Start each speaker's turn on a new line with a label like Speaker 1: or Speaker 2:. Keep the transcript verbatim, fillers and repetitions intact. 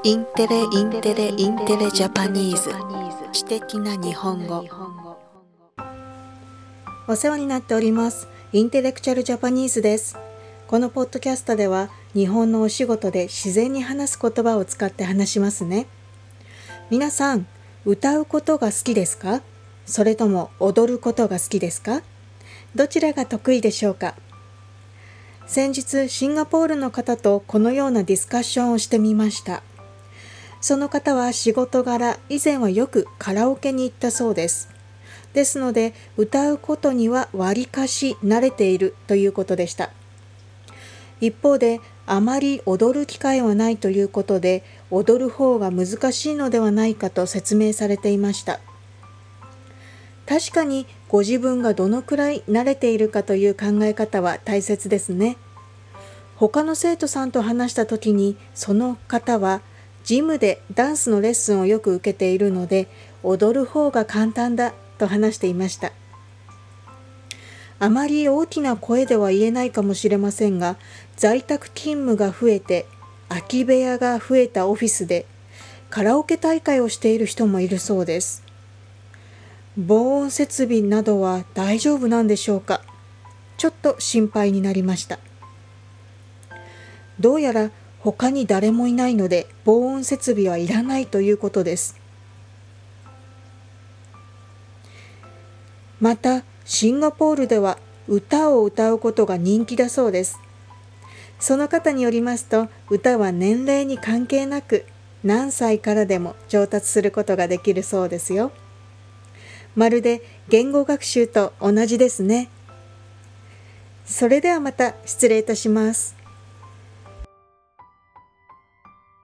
Speaker 1: インテレインテレインテレジャパニーズ、知的な日本語。
Speaker 2: お世話になっております。インテレクチャルジャパニーズです。このポッドキャストでは日本のお仕事で自然に話す言葉を使って話しますね。皆さん、歌うことが好きですか？それとも踊ることが好きですか？どちらが得意でしょうか？先日シンガポールの方とこのようなディスカッションをしてみました。その方は仕事柄、以前はよくカラオケに行ったそうです。ですので、歌うことにはわりかし慣れているということでした。一方で、あまり踊る機会はないということで、踊る方が難しいのではないかと説明されていました。確かにご自分がどのくらい慣れているかという考え方は大切ですね。他の生徒さんと話したときに、その方はジムでダンスのレッスンをよく受けているので、踊る方が簡単だと話していました。あまり大きな声では言えないかもしれませんが、在宅勤務が増えて、空き部屋が増えたオフィスで、カラオケ大会をしている人もいるそうです。防音設備などは大丈夫なんでしょうか？ちょっと心配になりました。どうやら他に誰もいないので防音設備はいらないということです。また、シンガポールでは歌を歌うことが人気だそうです。その方によりますと、歌は年齢に関係なく何歳からでも上達することができるそうですよ。まるで言語学習と同じですね。それではまた失礼いたします。